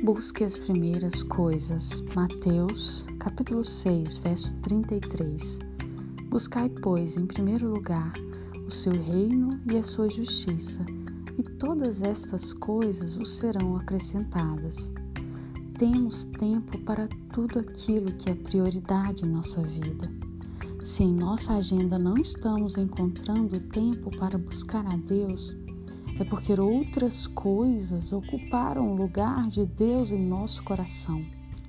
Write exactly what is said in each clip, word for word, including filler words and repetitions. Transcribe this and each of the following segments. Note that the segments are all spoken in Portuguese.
Busque as primeiras coisas. Mateus, capítulo seis, verso trinta e três. Buscai, pois, em primeiro lugar o seu reino e a sua justiça, e todas estas coisas vos serão acrescentadas. Temos tempo para tudo aquilo que é prioridade em nossa vida. Se em nossa agenda não estamos encontrando tempo para buscar a Deus, é porque outras coisas ocuparam o lugar de Deus em nosso coração.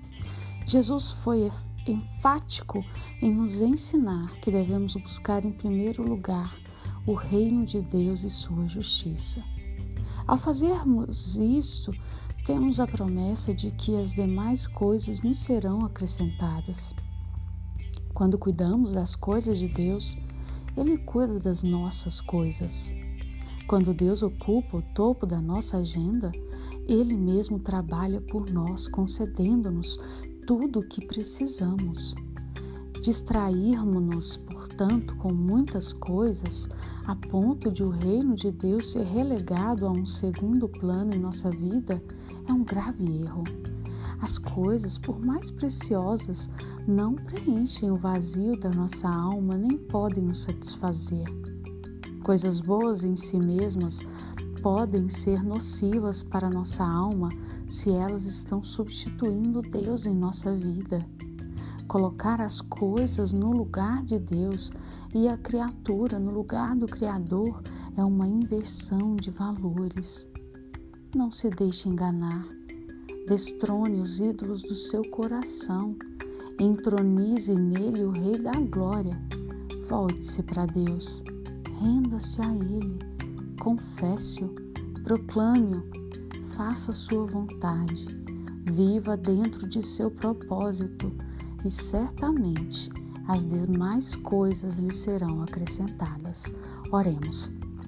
Jesus foi enfático em nos ensinar que devemos buscar em primeiro lugar o reino de Deus e sua justiça. Ao fazermos isto, temos a promessa de que as demais coisas nos serão acrescentadas. Quando cuidamos das coisas de Deus, Ele cuida das nossas coisas. Quando Deus ocupa o topo da nossa agenda, Ele mesmo trabalha por nós, concedendo-nos tudo o que precisamos. Distrairmos-nos, portanto, com muitas coisas, a ponto de o reino de Deus ser relegado a um segundo plano em nossa vida, é um grave erro. As coisas, por mais preciosas, não preenchem o vazio da nossa alma nem podem nos satisfazer. Coisas boas em si mesmas podem ser nocivas para a nossa alma se elas estão substituindo Deus em nossa vida. Colocar as coisas no lugar de Deus e a criatura no lugar do Criador é uma inversão de valores. Não se deixe enganar. Destrone os ídolos do seu coração. Entronize nele o Rei da Glória. Volte-se para Deus. Renda-se a Ele, confesse-o, proclame-o, faça a sua vontade, viva dentro de seu propósito e certamente as demais coisas lhe serão acrescentadas. Oremos.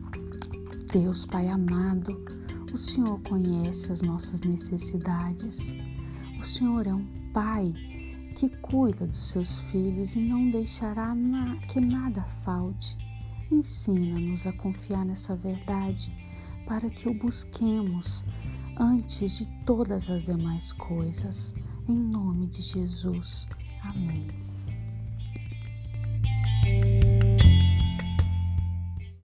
Deus Pai amado, o Senhor conhece as nossas necessidades. O Senhor é um Pai que cuida dos seus filhos e não deixará na, que nada falte. Ensina-nos a confiar nessa verdade para que o busquemos antes de todas as demais coisas. Em nome de Jesus. Amém.